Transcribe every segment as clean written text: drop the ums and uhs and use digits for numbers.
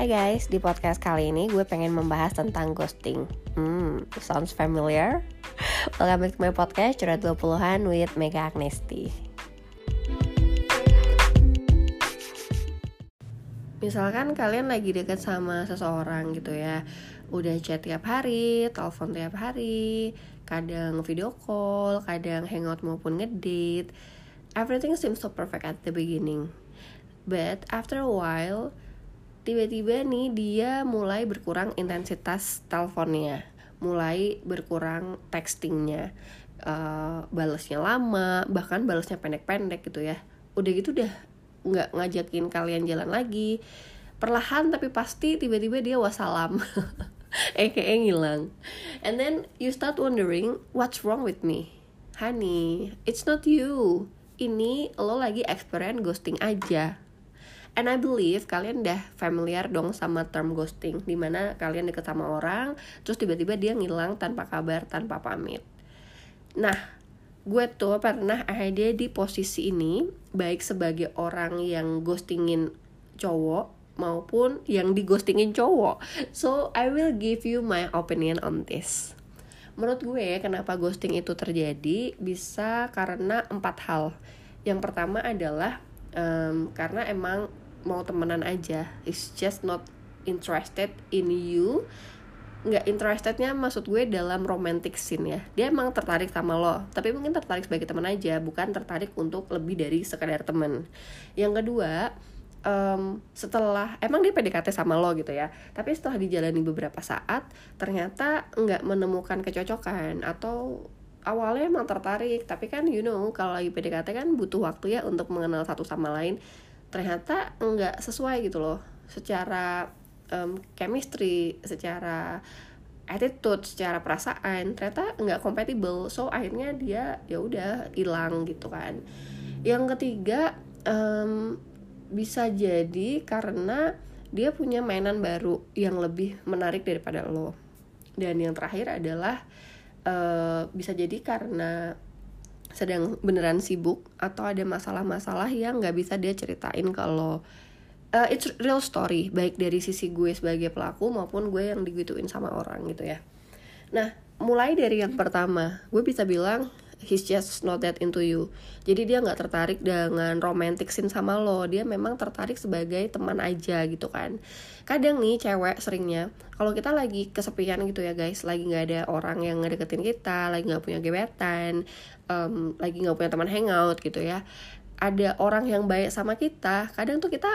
Hai guys, di podcast kali ini gue pengen membahas tentang ghosting. Sounds familiar? Welcome back to my podcast, Curhat 20-an with Mega Agnesti. Misalkan kalian lagi deket sama seseorang gitu ya, udah chat tiap hari, telepon tiap hari, kadang video call, kadang hangout maupun ngedate. Everything seems so perfect at the beginning. But after a while, tiba-tiba nih dia mulai berkurang intensitas teleponnya, mulai berkurang textingnya, balasnya lama, bahkan balasnya pendek-pendek gitu ya. Udah gitu udah nggak ngajakin kalian jalan lagi, perlahan tapi pasti tiba-tiba dia wassalam, kayak ngilang. And then you start wondering what's wrong with me, honey, it's not you. Ini lo lagi experience ghosting aja. And I believe kalian udah familiar dong sama term ghosting, dimana kalian deket sama orang, terus tiba-tiba dia ngilang tanpa kabar, tanpa pamit. Nah, gue tuh pernah ada di posisi ini, baik sebagai orang yang ghostingin cowok, maupun yang dighostingin cowok. So, I will give you my opinion on this. Menurut gue, kenapa ghosting itu terjadi, bisa karena 4 hal. Yang pertama adalah karena emang mau temenan aja, it's just not interested in you. Nggak interestednya maksud gue dalam romantic scene ya, dia emang tertarik sama lo, tapi mungkin tertarik sebagai teman aja, bukan tertarik untuk lebih dari sekadar teman. Yang kedua, setelah emang dia PDKT sama lo gitu ya, tapi setelah dijalani beberapa saat ternyata nggak menemukan kecocokan, atau awalnya emang tertarik, tapi kan kalau lagi PDKT kan butuh waktu ya untuk mengenal satu sama lain. Ternyata nggak sesuai gitu loh, secara chemistry, secara attitude, secara perasaan, ternyata nggak compatible. So akhirnya dia ya udah hilang gitu kan. Yang ketiga, bisa jadi karena dia punya mainan baru yang lebih menarik daripada lo. Dan yang terakhir adalah bisa jadi karena sedang beneran sibuk, atau ada masalah-masalah yang gak bisa dia ceritain kalau it's real story, baik dari sisi gue sebagai pelaku maupun gue yang digituin sama orang gitu ya. Nah, mulai dari yang pertama, gue bisa bilang he's just not that into you. Jadi dia gak tertarik dengan romantic scene sama lo, dia memang tertarik sebagai teman aja gitu kan. Kadang nih cewek seringnya, kalau kita lagi kesepian gitu ya guys, lagi gak ada orang yang ngedeketin kita, lagi gak punya gebetan, lagi gak punya teman hangout gitu ya, ada orang yang baik sama kita, kadang tuh kita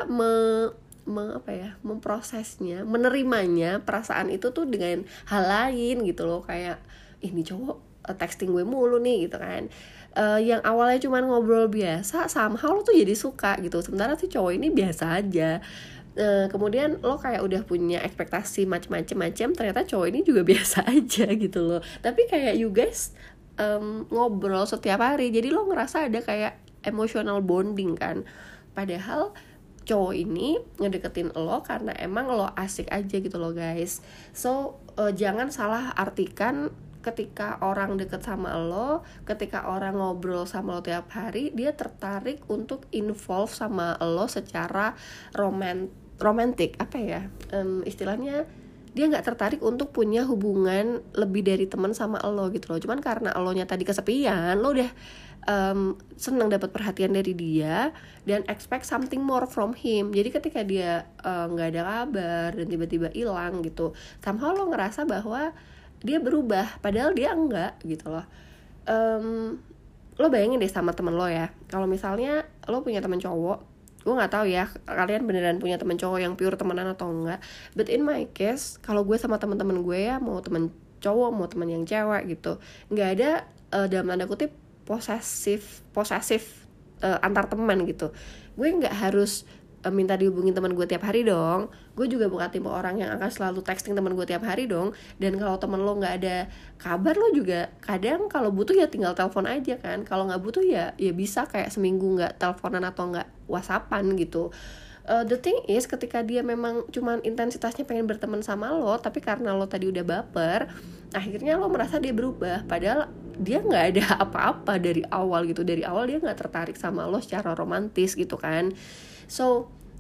memprosesnya, menerimanya perasaan itu tuh dengan hal lain gitu loh. Kayak ini cowok texting gue mulu nih gitu kan. Yang awalnya cuma ngobrol biasa, somehow lo tuh jadi suka gitu, sementara si cowok ini biasa aja. Kemudian lo kayak udah punya ekspektasi macem-macem, ternyata cowok ini juga biasa aja gitu loh. Tapi kayak you guys ngobrol setiap hari, jadi lo ngerasa ada kayak emotional bonding kan. Padahal cowok ini ngedeketin lo karena emang lo asik aja gitu loh guys. So jangan salah artikan ketika orang deket sama lo, ketika orang ngobrol sama lo tiap hari, dia tertarik untuk involve sama lo secara romantik, istilahnya dia nggak tertarik untuk punya hubungan lebih dari teman sama lo gitu loh. Cuman karena elonya tadi kesepian, lo udah seneng dapat perhatian dari dia dan expect something more from him. Jadi ketika dia nggak ada kabar dan tiba-tiba hilang gitu, somehow lo ngerasa bahwa dia berubah, padahal dia enggak gitu loh. Lo bayangin deh sama temen lo ya, kalau misalnya lo punya temen cowok, gue nggak tahu ya kalian beneran punya temen cowok yang pure temenan atau enggak, but in my case, kalau gue sama temen-temen gue ya, mau temen cowok mau temen yang cewek gitu, nggak ada dalam tanda kutip posesif antar teman gitu. Gue nggak harus minta dihubungin teman gue tiap hari dong. Gue juga bukan tipe orang yang akan selalu texting teman gue tiap hari dong. Dan kalau teman lo nggak ada kabar, lo juga kadang kalau butuh ya tinggal telepon aja kan. Kalau nggak butuh ya bisa kayak seminggu nggak teleponan atau nggak whatsappan gitu. The thing is, ketika dia memang cuman intensitasnya pengen berteman sama lo, tapi karena lo tadi udah baper, akhirnya lo merasa dia berubah, padahal dia nggak ada apa-apa dari awal gitu. Dari awal dia nggak tertarik sama lo secara romantis gitu kan. So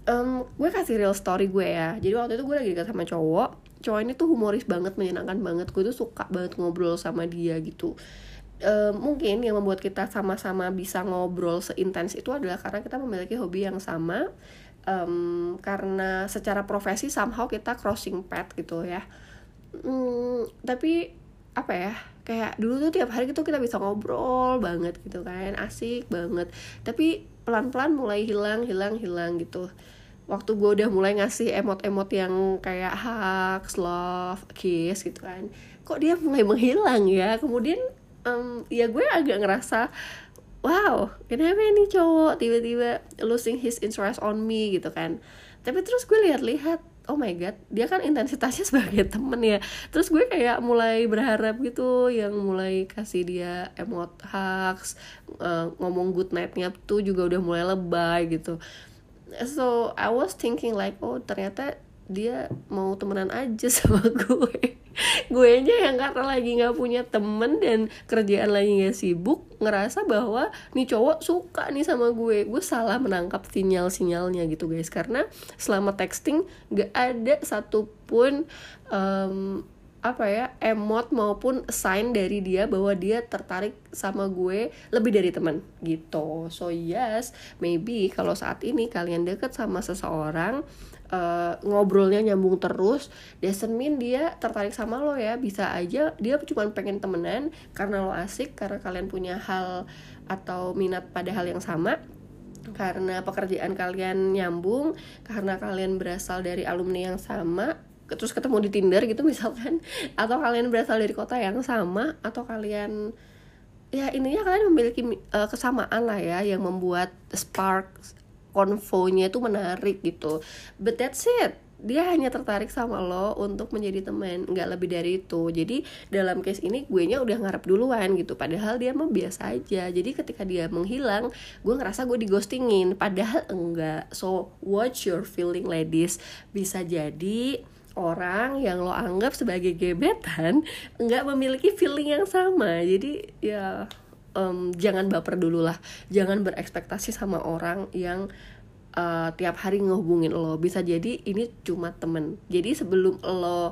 Gue kasih real story gue ya. Jadi waktu itu gue lagi dekat sama cowok ini tuh humoris banget, menyenangkan banget. Gue tuh suka banget ngobrol sama dia gitu. Mungkin yang membuat kita sama-sama bisa ngobrol seintens itu adalah karena kita memiliki hobi yang sama. Karena secara profesi somehow kita crossing path gitu ya. Tapi apa ya, kayak dulu tuh tiap hari gitu kita bisa ngobrol banget gitu kan, asik banget. Tapi pelan-pelan mulai hilang gitu. Waktu gue udah mulai ngasih emot-emot yang kayak hugs, love, kiss gitu kan, kok dia mulai menghilang ya. Kemudian ya gue agak ngerasa, wow, kenapa ini cowok tiba-tiba losing his interest on me gitu kan. Tapi terus gue lihat-lihat, oh my god, dia kan intensitasnya sebagai temen ya. Terus gue kayak mulai berharap gitu, yang mulai kasih dia emot hugs, ngomong good night-nya tuh juga udah mulai lebay gitu. So I was thinking like, oh ternyata dia mau temenan aja sama gue. Gue nya yang karena lagi gak punya temen dan kerjaan lagi gak sibuk, ngerasa bahwa nih cowok suka nih sama gue. Gue salah menangkap sinyal-sinyalnya gitu guys. Karena selama texting gak ada satupun emot maupun sign dari dia bahwa dia tertarik sama gue lebih dari teman gitu. So yes, maybe kalau saat ini kalian deket sama seseorang, ngobrolnya nyambung terus, doesn't mean dia tertarik sama lo ya. Bisa aja dia cuma pengen temenan karena lo asik, karena kalian punya hal atau minat pada hal yang sama, karena pekerjaan kalian nyambung, karena kalian berasal dari alumni yang sama, terus ketemu di Tinder gitu misalkan, atau kalian berasal dari kota yang sama, atau kalian ya intinya kalian memiliki kesamaan lah ya, yang membuat spark konvonya itu menarik gitu. But that's it, dia hanya tertarik sama lo untuk menjadi teman, nggak lebih dari itu. Jadi dalam case ini gue nya udah ngarep duluan gitu, padahal dia mah biasa aja. Jadi ketika dia menghilang, gue ngerasa gue dighostingin, padahal enggak. So watch your feeling ladies, bisa jadi orang yang lo anggap sebagai gebetan nggak memiliki feeling yang sama. Jadi ya jangan baper dulu lah, jangan berekspektasi sama orang yang tiap hari ngehubungin lo. Bisa jadi ini cuma temen. Jadi sebelum lo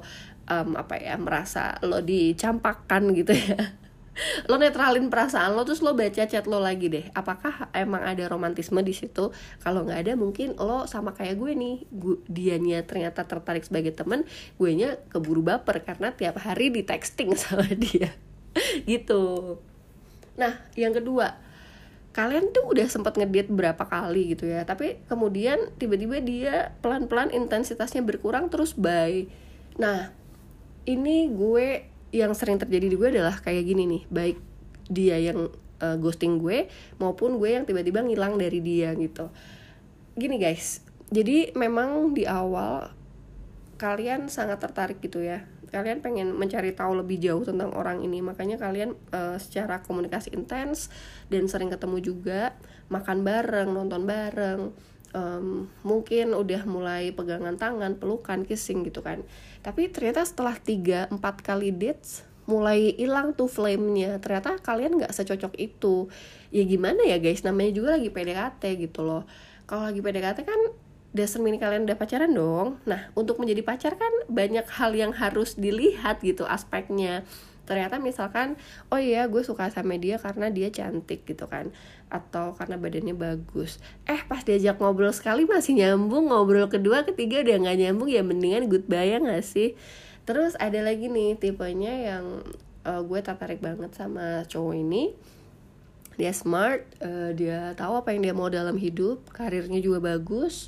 merasa lo dicampakkan gitu ya, lo netralin perasaan lo, terus lo baca chat lo lagi deh, apakah emang ada romantisme di situ. Kalau nggak ada, mungkin lo sama kayak gue nih, dianya ternyata tertarik sebagai temen, gue nya keburu baper karena tiap hari di texting sama dia gitu. Nah yang kedua, kalian tuh udah sempat ngedate berapa kali gitu ya, tapi kemudian tiba-tiba dia pelan-pelan intensitasnya berkurang terus bye. Nah ini gue, yang sering terjadi di gue adalah kayak gini nih, baik dia yang ghosting gue maupun gue yang tiba-tiba ngilang dari dia gitu. Gini guys, jadi memang di awal kalian sangat tertarik gitu ya, kalian pengen mencari tahu lebih jauh tentang orang ini, makanya kalian secara komunikasi intens dan sering ketemu juga, makan bareng, nonton bareng, mungkin udah mulai pegangan tangan, pelukan, kissing gitu kan. Tapi ternyata setelah 3-4 kali dates mulai hilang tuh flame-nya. Ternyata kalian gak secocok itu. Ya gimana ya guys, namanya juga lagi PDKT gitu loh. Kalau lagi PDKT kan doesn't mean kalian udah pacaran dong. Nah untuk menjadi pacar kan banyak hal yang harus dilihat gitu aspeknya. Ternyata misalkan, oh iya gue suka sama dia karena dia cantik gitu kan, atau karena badannya bagus. Pas diajak ngobrol sekali masih nyambung, ngobrol kedua ketiga udah gak nyambung, ya mendingan goodbye ya gak sih. Terus ada lagi nih tipenya yang gue tertarik banget sama cowok ini. Dia smart, dia tahu apa yang dia mau dalam hidup, karirnya juga bagus.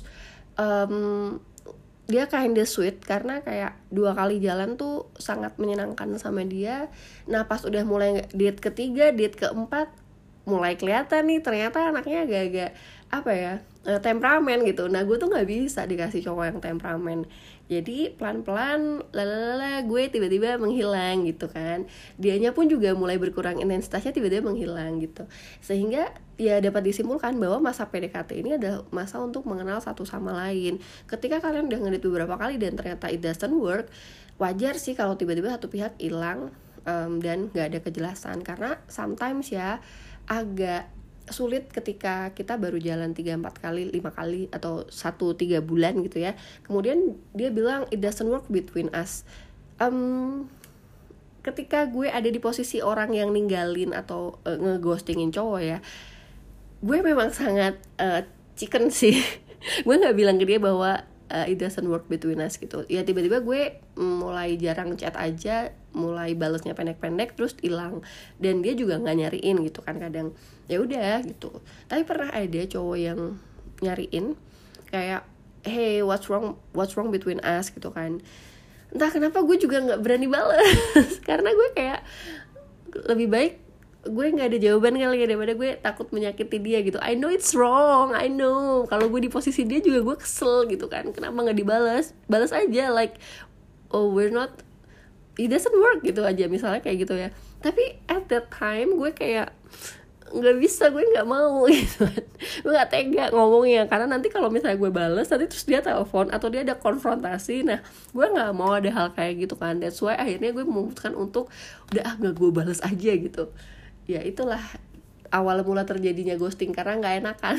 Dia kinda sweet karena kayak 2 kali jalan tuh sangat menyenangkan sama dia. Nah pas udah mulai date ketiga, date keempat, mulai kelihatan nih ternyata anaknya agak-agak temperamen gitu. Nah gue tuh nggak bisa dikasih cowok yang temperamen. Jadi pelan-pelan gue tiba-tiba menghilang gitu kan. Dianya pun juga mulai berkurang intensitasnya, tiba-tiba menghilang gitu. Sehingga ya dapat disimpulkan bahwa masa PDKT ini adalah masa untuk mengenal satu sama lain. Ketika kalian udah ngedate beberapa kali dan ternyata it doesn't work, wajar sih kalau tiba-tiba satu pihak hilang dan gak ada kejelasan. Karena sometimes ya agak sulit ketika kita baru jalan 3-4 kali, 5 kali atau 1-3 bulan gitu ya. Kemudian dia bilang it doesn't work between us. Ketika gue ada di posisi orang yang ninggalin atau ngeghostingin cowok ya, gue memang sangat chicken sih. Gue nggak bilang ke dia bahwa it doesn't work between us gitu. Ya tiba-tiba gue mulai jarang chat aja, mulai balesnya pendek-pendek terus hilang, dan dia juga nggak nyariin gitu kan kadang. Ya udah gitu. Tapi pernah ada cowok yang nyariin kayak hey what's wrong between us gitu kan. Entah kenapa gue juga nggak berani balas karena gue kayak lebih baik gue nggak ada jawaban kali ya daripada gue takut menyakiti dia gitu. I know it's wrong, I know. Kalau gue di posisi dia juga gue kesel gitu kan. Kenapa nggak dibalas? Balas aja like oh we're not, it doesn't work gitu aja misalnya kayak gitu ya. Tapi at that time gue kayak nggak bisa, gue nggak mau gitu kan. Gue nggak tega ngomongnya karena nanti kalau misalnya gue balas nanti terus dia telepon atau dia ada konfrontasi, nah gue nggak mau ada hal kayak gitu kan. That's why akhirnya gue memutuskan untuk udah nggak gue balas aja gitu. Ya itulah awal mula terjadinya ghosting karena nggak enakan.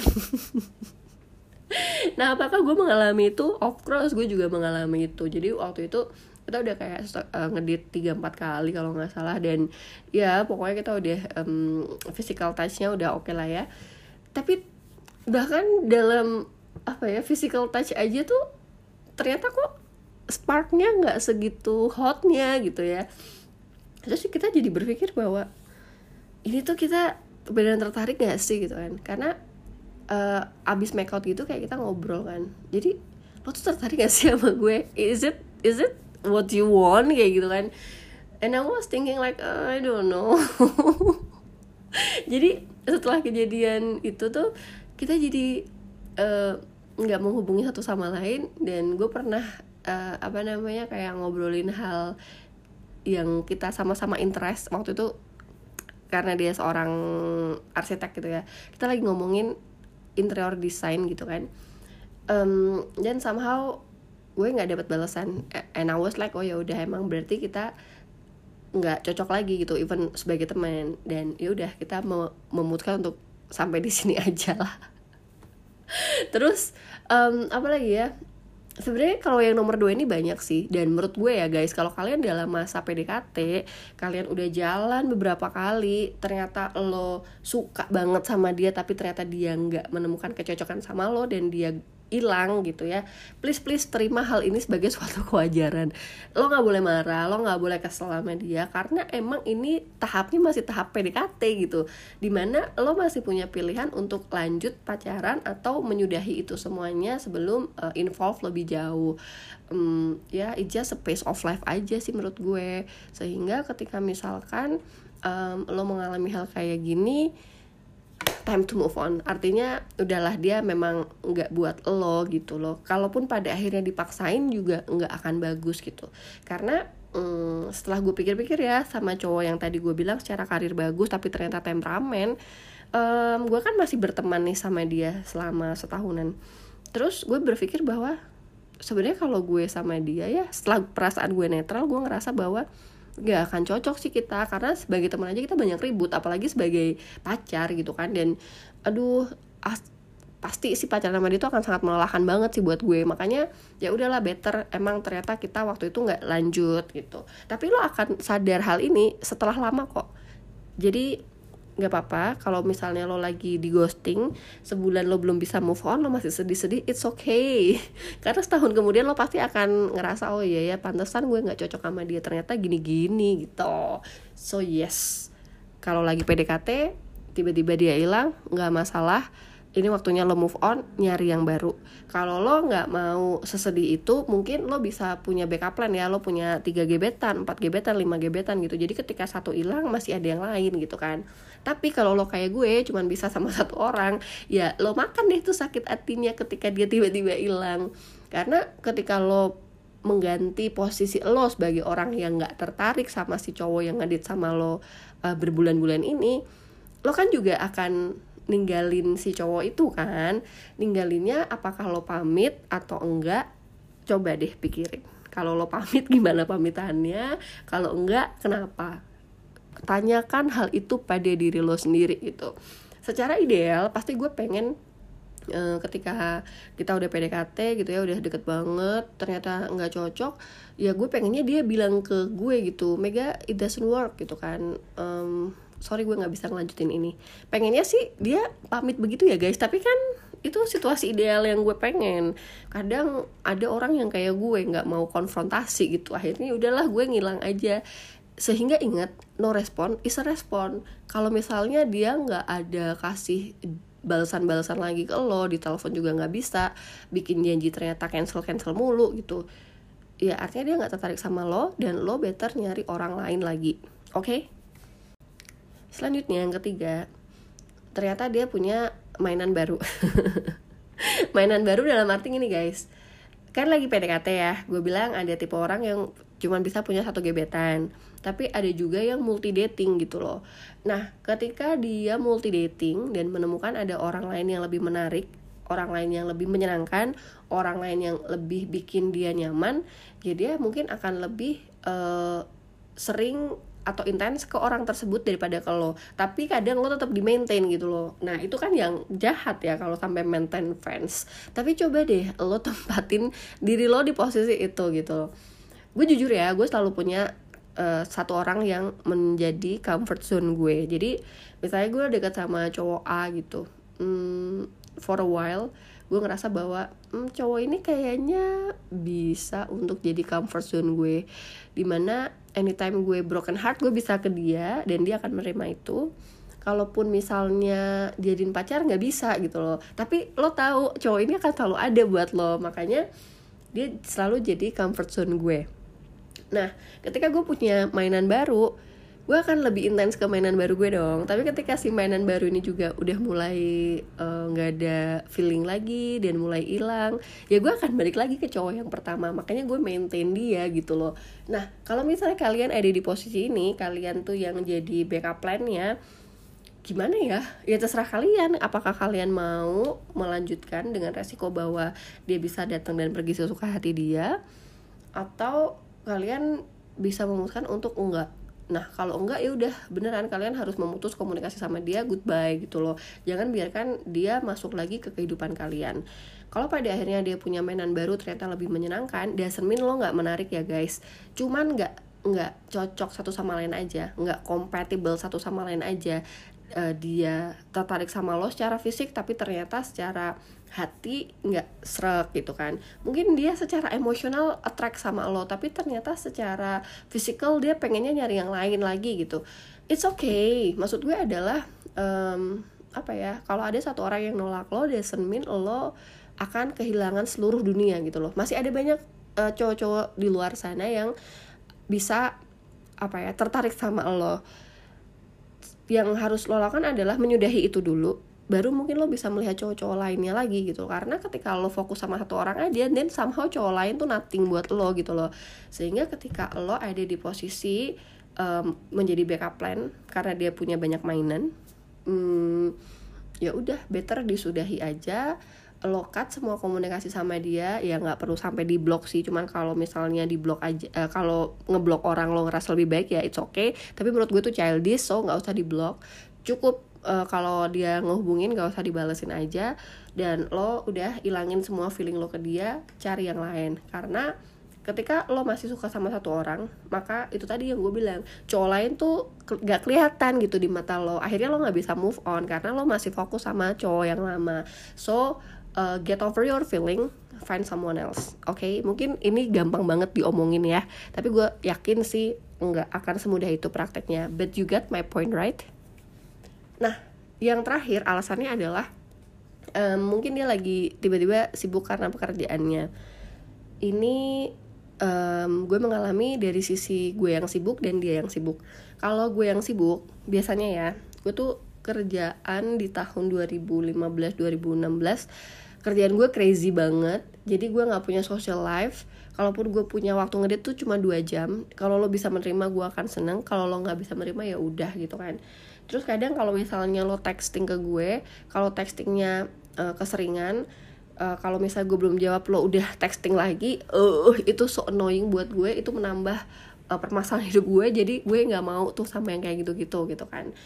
Nah apakah gue mengalami itu? Of course gue juga mengalami itu. Jadi waktu itu kita udah kayak ngedit 3-4 kali kalau nggak salah, dan ya pokoknya kita udah physical touch-nya udah oke lah ya. Tapi bahkan dalam physical touch aja tuh ternyata kok sparknya nggak segitu hotnya gitu ya. Terus kita jadi berpikir bahwa ini tuh kita beneran tertarik gak sih gitu kan. Karena abis make out gitu kayak kita ngobrol kan, jadi lo tuh tertarik gak sih sama gue, is it what you want kayak gitu kan. And I was thinking like I don't know. Jadi setelah kejadian itu tuh kita jadi nggak menghubungi satu sama lain, dan gue pernah kayak ngobrolin hal yang kita sama-sama interest waktu itu karena dia seorang arsitek gitu ya. Kita lagi ngomongin interior design gitu kan, dan somehow gue nggak dapat balasan, and I was like oh ya udah emang berarti kita nggak cocok lagi gitu even sebagai teman, dan ya udah kita memutuskan untuk sampai di sini aja lah. Terus apa lagi ya, sebenarnya kalau yang nomor 2 ini banyak sih, dan menurut gue ya guys, kalau kalian dalam masa PDKT kalian udah jalan beberapa kali, ternyata lo suka banget sama dia tapi ternyata dia nggak menemukan kecocokan sama lo dan dia hilang gitu ya, please terima hal ini sebagai suatu kewajaran. Lo nggak boleh marah, lo nggak boleh kesel sama dia, karena emang ini tahapnya masih tahap PDKT gitu, dimana lo masih punya pilihan untuk lanjut pacaran atau menyudahi itu semuanya sebelum involve lebih jauh. Ya it's just a pace of life aja sih menurut gue. Sehingga ketika misalkan lo mengalami hal kayak gini, time to move on. Artinya udahlah, dia memang nggak buat lo gitu loh. Kalaupun pada akhirnya dipaksain juga nggak akan bagus gitu. Karena setelah gue pikir-pikir ya, sama cowok yang tadi gue bilang secara karir bagus tapi ternyata temperamen, gue kan masih berteman nih sama dia selama setahunan. Terus gue berpikir bahwa sebenarnya kalau gue sama dia ya, setelah perasaan gue netral, gue ngerasa bahwa gak akan cocok sih kita, karena sebagai teman aja kita banyak ribut, apalagi sebagai pacar gitu kan. Dan pasti si pacaran sama dia itu akan sangat melelahkan banget sih buat gue. Makanya ya udahlah, better emang ternyata kita waktu itu nggak lanjut gitu. Tapi lo akan sadar hal ini setelah lama kok. Jadi nggak apa-apa kalau misalnya lo lagi di ghosting sebulan lo belum bisa move on, lo masih sedih-sedih, it's okay. Karena setahun kemudian lo pasti akan ngerasa oh iya ya pantesan gue nggak cocok sama dia, ternyata gini-gini gitu. So yes, kalau lagi PDKT tiba-tiba dia hilang, nggak masalah. Ini waktunya lo move on, nyari yang baru. Kalau lo nggak mau sesedih itu, mungkin lo bisa punya backup plan ya. Lo punya 3 gebetan, 4 gebetan, 5 gebetan gitu. Jadi ketika satu hilang masih ada yang lain gitu kan. Tapi kalau lo kayak gue cuman bisa sama satu orang, ya lo makan deh tuh sakit hatinya ketika dia tiba-tiba hilang. Karena ketika lo mengganti posisi lo sebagai orang yang nggak tertarik sama si cowok yang ngedit sama lo berbulan-bulan ini, lo kan juga akan ninggalin si cowok itu kan. Ninggalinnya apakah lo pamit atau enggak, coba deh pikirin. Kalau lo pamit gimana pamitannya, kalau enggak kenapa. Tanyakan hal itu pada diri lo sendiri gitu. secara ideal pasti gue pengen ketika kita udah PDKT gitu ya, udah deket banget, ternyata nggak cocok, ya gue pengennya dia bilang ke gue gitu, Mega it doesn't work gitu kan, sorry gue nggak bisa ngelanjutin ini. Pengennya sih dia pamit begitu ya guys, tapi kan itu situasi ideal yang gue pengen. Kadang ada orang yang kayak gue nggak mau konfrontasi gitu, akhirnya udahlah gue ngilang aja. Sehingga ingat, no respond is a respond. Kalau misalnya dia nggak ada kasih balasan-balasan lagi ke lo, di telepon juga nggak bisa, bikin janji ternyata cancel mulu gitu, ya artinya dia nggak tertarik sama lo, dan lo better nyari orang lain lagi. Oke? Selanjutnya yang ketiga, ternyata dia punya mainan baru. Mainan baru dalam arti gini guys, kan lagi PDKT ya, gue bilang ada tipe orang yang cuma bisa punya satu gebetan, tapi ada juga yang multi dating gitu loh. Nah, ketika dia multi dating dan menemukan ada orang lain yang lebih menarik, orang lain yang lebih menyenangkan, orang lain yang lebih bikin dia nyaman, ya dia mungkin akan lebih sering atau intens ke orang tersebut daripada ke lo. Tapi kadang lo tetap di maintain gitu loh. Nah itu kan yang jahat ya kalau sampai maintain fans. Tapi coba deh lo tempatin diri lo di posisi itu gitu loh. Gue jujur ya, gue selalu punya satu orang yang menjadi comfort zone gue. Jadi misalnya gue dekat sama cowok A gitu, for a while gue ngerasa bahwa cowok ini kayaknya bisa untuk jadi comfort zone gue, dimana anytime gue broken heart gue bisa ke dia dan dia akan menerima itu. Kalaupun misalnya jadiin pacar nggak bisa gitu loh, tapi lo tahu cowok ini akan selalu ada buat lo, makanya dia selalu jadi comfort zone gue. Nah ketika gue punya mainan baru, gue akan lebih intens ke mainan baru gue dong. Tapi ketika si mainan baru ini juga udah mulai gak ada feeling lagi dan mulai hilang, ya gue akan balik lagi ke cowok yang pertama. Makanya gue maintain dia gitu loh. Nah kalau misalnya kalian ada di posisi ini, kalian tuh yang jadi backup plan-nya, gimana ya? Ya terserah kalian. Apakah kalian mau melanjutkan dengan resiko bahwa dia bisa datang dan pergi sesuka hati dia, atau kalian bisa memutuskan untuk enggak. Nah kalau enggak ya udah beneran kalian harus memutus komunikasi sama dia, goodbye gitu loh. Jangan biarkan dia masuk lagi ke kehidupan kalian. Kalau pada akhirnya dia punya mainan baru ternyata lebih menyenangkan, doesn't mean lo nggak menarik ya guys. Cuman nggak cocok satu sama lain aja, nggak compatible satu sama lain aja. Dia tertarik sama lo secara fisik tapi ternyata secara hati nggak srek gitu kan. Mungkin dia secara emosional attract sama lo tapi ternyata secara physical dia pengennya nyari yang lain lagi gitu. It's okay. Maksud gue adalah apa ya, kalau ada satu orang yang nolak lo, doesn't mean lo akan kehilangan seluruh dunia gitu loh. Masih ada banyak cowok-cowok di luar sana yang bisa apa ya, tertarik sama lo. Yang harus lo lakukan adalah menyudahi itu dulu, baru mungkin lo bisa melihat cowok-cowok lainnya lagi gitu. Karena ketika lo fokus sama satu orang aja, dan somehow cowok lain tuh nothing buat lo gitu loh. Sehingga ketika lo ada di posisi menjadi backup plan karena dia punya banyak mainan, ya udah better disudahi aja. Lo cut semua komunikasi sama dia, ya nggak perlu sampai di blok sih, cuman kalau misalnya di blok aja, kalau ngeblok orang lo ngerasa lebih baik ya it's okay, tapi menurut gue tuh childish, so nggak usah di blok. Cukup kalau dia ngehubungin nggak usah dibalesin aja, dan lo udah ilangin semua feeling lo ke dia, cari yang lain. Karena ketika lo masih suka sama satu orang, maka itu tadi yang gue bilang, cowok lain tuh gak kelihatan gitu di mata lo. Akhirnya lo gak bisa move on karena lo masih fokus sama cowok yang lama. So get over your feeling, find someone else. Okay? Mungkin ini gampang banget diomongin ya, tapi gue yakin sih nggak akan semudah itu prakteknya. But you get my point, right? Nah, yang terakhir alasannya adalah mungkin dia lagi tiba-tiba sibuk karena pekerjaannya. Ini gue mengalami dari sisi gue yang sibuk dan dia yang sibuk. Kalau gue yang sibuk, biasanya ya, gue tuh kerjaan di tahun 2015-2016, kerjaan gue crazy banget. Jadi gue gak punya social life. Kalaupun gue punya waktu ngedate tuh cuma 2 jam. Kalau lo bisa menerima gue akan seneng. Kalau lo gak bisa menerima ya udah gitu kan. Terus kadang kalau misalnya lo texting ke gue, kalau textingnya keseringan, kalau misalnya gue belum jawab lo udah texting lagi, itu so annoying buat gue. Itu menambah permasalahan hidup gue. Jadi gue gak mau tuh sama yang kayak gitu-gitu gitu kan.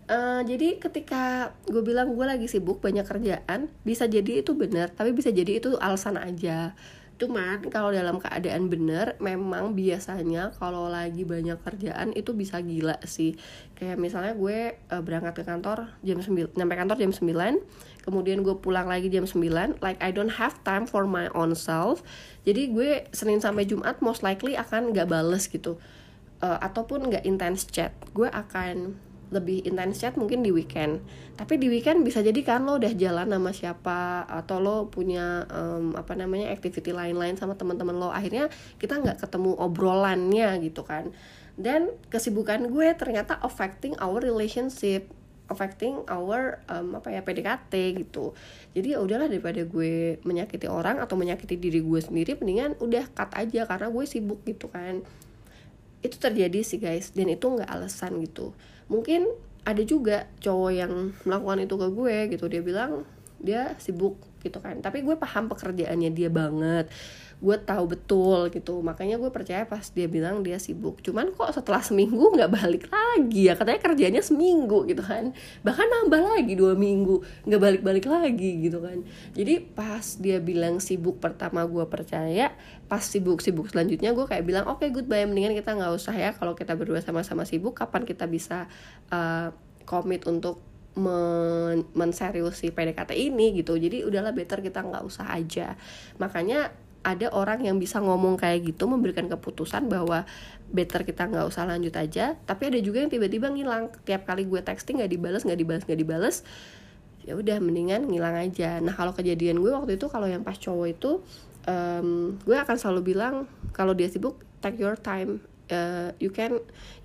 Jadi ketika gue bilang gue lagi sibuk banyak kerjaan, bisa jadi itu benar, tapi bisa jadi itu alasan aja. Cuman kalau dalam keadaan bener, memang biasanya kalau lagi banyak kerjaan itu bisa gila sih. Kayak misalnya gue berangkat ke kantor jam 9, nyampe kantor jam 9, kemudian gue pulang lagi jam 9, like I don't have time for my own self. Jadi gue Senin sampai Jumat most likely akan gak bales gitu, ataupun gak intense chat. Gue akan lebih intens chat mungkin di weekend. Tapi di weekend bisa jadi kan lo udah jalan sama siapa, atau lo punya activity lain-lain sama teman-teman lo, akhirnya kita nggak ketemu obrolannya gitu kan. Dan kesibukan gue ternyata affecting our relationship, affecting our PDKT gitu. Jadi ya udahlah, daripada gue menyakiti orang atau menyakiti diri gue sendiri, mendingan udah cut aja karena gue sibuk gitu kan. Itu terjadi sih guys, dan itu nggak alasan gitu. Mungkin ada juga cowok yang melakukan itu ke gue gitu, dia bilang dia sibuk gitu kan, tapi gue paham pekerjaannya dia banget, gue tahu betul gitu, makanya gue percaya pas dia bilang dia sibuk. Cuman kok setelah seminggu nggak balik lagi ya, katanya kerjanya seminggu gitu kan, bahkan nambah lagi 2 minggu nggak balik-balik lagi gitu kan. Jadi pas dia bilang sibuk pertama gue percaya, pas sibuk selanjutnya gue kayak bilang oke, goodbye, mendingan kita nggak usah ya, kalau kita berdua sama-sama sibuk, kapan kita bisa komit untuk menseriusi PDKT ini gitu. Jadi udahlah, better kita nggak usah aja. Makanya ada orang yang bisa ngomong kayak gitu, memberikan keputusan bahwa better kita nggak usah lanjut aja. Tapi ada juga yang tiba-tiba ngilang, tiap kali gue texting nggak dibales, ya udah mendingan ngilang aja. Nah kalau kejadian gue waktu itu, kalau yang pas cowok itu, gue akan selalu bilang kalau dia sibuk, take your time, you can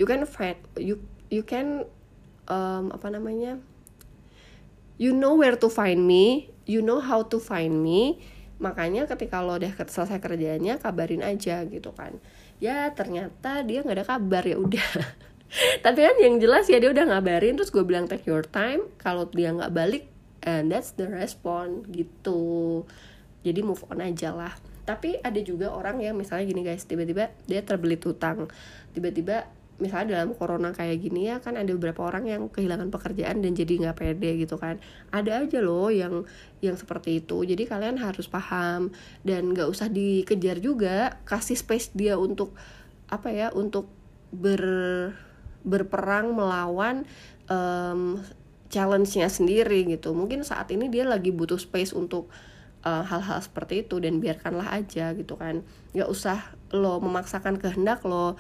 you know where to find me, you know how to find me. Makanya ketika lo udah selesai kerjanya, kabarin aja gitu kan. Ya ternyata dia nggak ada kabar, ya udah. Tapi kan yang jelas ya dia udah ngabarin, terus gue bilang take your time. Kalau dia nggak balik, and that's the response gitu. Jadi move on aja lah. Tapi ada juga orang yang misalnya gini guys, tiba-tiba dia terbelit hutang, tiba-tiba misalnya dalam corona kayak gini ya kan, ada beberapa orang yang kehilangan pekerjaan dan jadi nggak pede gitu kan. Ada aja loh yang seperti itu. Jadi kalian harus paham dan nggak usah dikejar juga, kasih space dia untuk untuk berperang melawan challenge-nya sendiri gitu. Mungkin saat ini dia lagi butuh space untuk hal-hal seperti itu, dan biarkanlah aja gitu kan. Nggak usah lo memaksakan kehendak lo.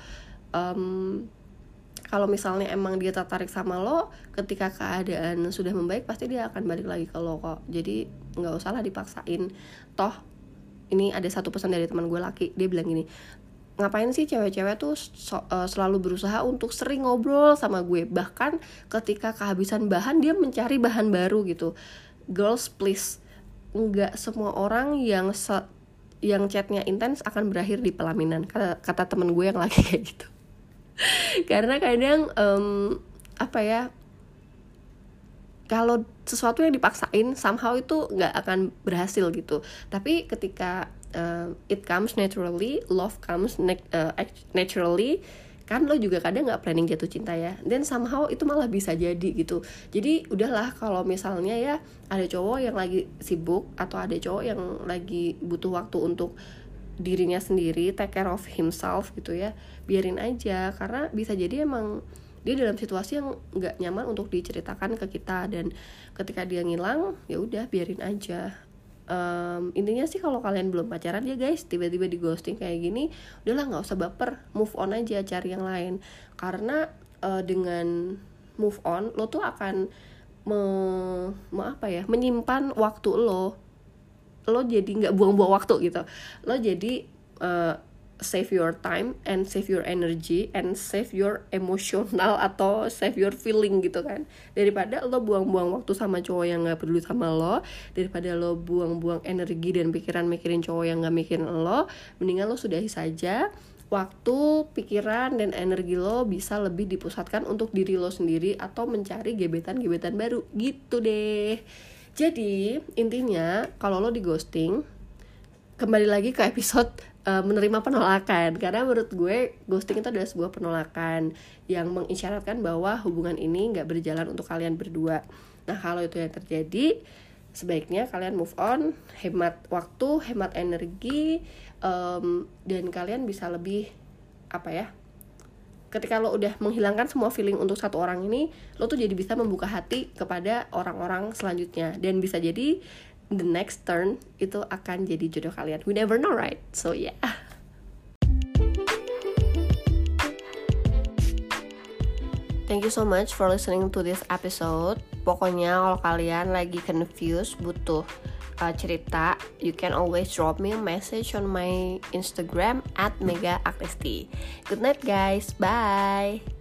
Kalau misalnya emang dia tertarik sama lo, ketika keadaan sudah membaik pasti dia akan balik lagi ke lo kok. Jadi nggak usah lah dipaksain. Toh ini ada satu pesan dari teman gue laki, dia bilang gini, ngapain sih cewek-cewek tuh selalu berusaha untuk sering ngobrol sama gue, bahkan ketika kehabisan bahan dia mencari bahan baru gitu. Girls please, nggak semua orang yang chatnya intens akan berakhir di pelaminan, kata temen gue yang lagi kayak gitu. Karena kadang kalau sesuatu yang dipaksain somehow itu nggak akan berhasil gitu. Tapi ketika it comes naturally, love comes naturally, kan lo juga kadang nggak planning jatuh cinta ya, dan somehow itu malah bisa jadi gitu. Jadi udahlah, kalau misalnya ya ada cowok yang lagi sibuk atau ada cowok yang lagi butuh waktu untuk dirinya sendiri, take care of himself gitu ya, biarin aja, karena bisa jadi emang dia dalam situasi yang nggak nyaman untuk diceritakan ke kita, dan ketika dia ngilang ya udah biarin aja. Intinya sih kalau kalian belum pacaran ya guys, tiba-tiba di ghosting kayak gini, udahlah nggak usah baper, move on aja, cari yang lain. Karena dengan move on lo tuh akan menyimpan waktu lo jadi nggak buang-buang waktu gitu. Lo jadi save your time and save your energy and save your emotional atau save your feeling gitu kan. Daripada lo buang-buang waktu sama cowok yang nggak peduli sama lo, daripada lo buang-buang energi dan pikiran mikirin cowok yang nggak mikirin lo, mendingan lo sudahi saja. Waktu, pikiran, dan energi lo bisa lebih dipusatkan untuk diri lo sendiri atau mencari gebetan-gebetan baru gitu deh. Jadi intinya kalau lo di ghosting, kembali lagi ke episode menerima penolakan, karena menurut gue ghosting itu adalah sebuah penolakan yang mengisyaratkan bahwa hubungan ini nggak berjalan untuk kalian berdua. Nah kalau itu yang terjadi, sebaiknya kalian move on, hemat waktu, hemat energi, dan kalian bisa lebih ketika lo udah menghilangkan semua feeling untuk satu orang ini, lo tuh jadi bisa membuka hati kepada orang-orang selanjutnya, dan bisa jadi the next turn itu akan jadi jodoh kalian. We never know, right? So yeah. Thank you so much for listening to this episode. Pokoknya kalau kalian lagi confused, butuh cerita, you can always drop me a message on my Instagram @megaagristi. Good night guys, bye.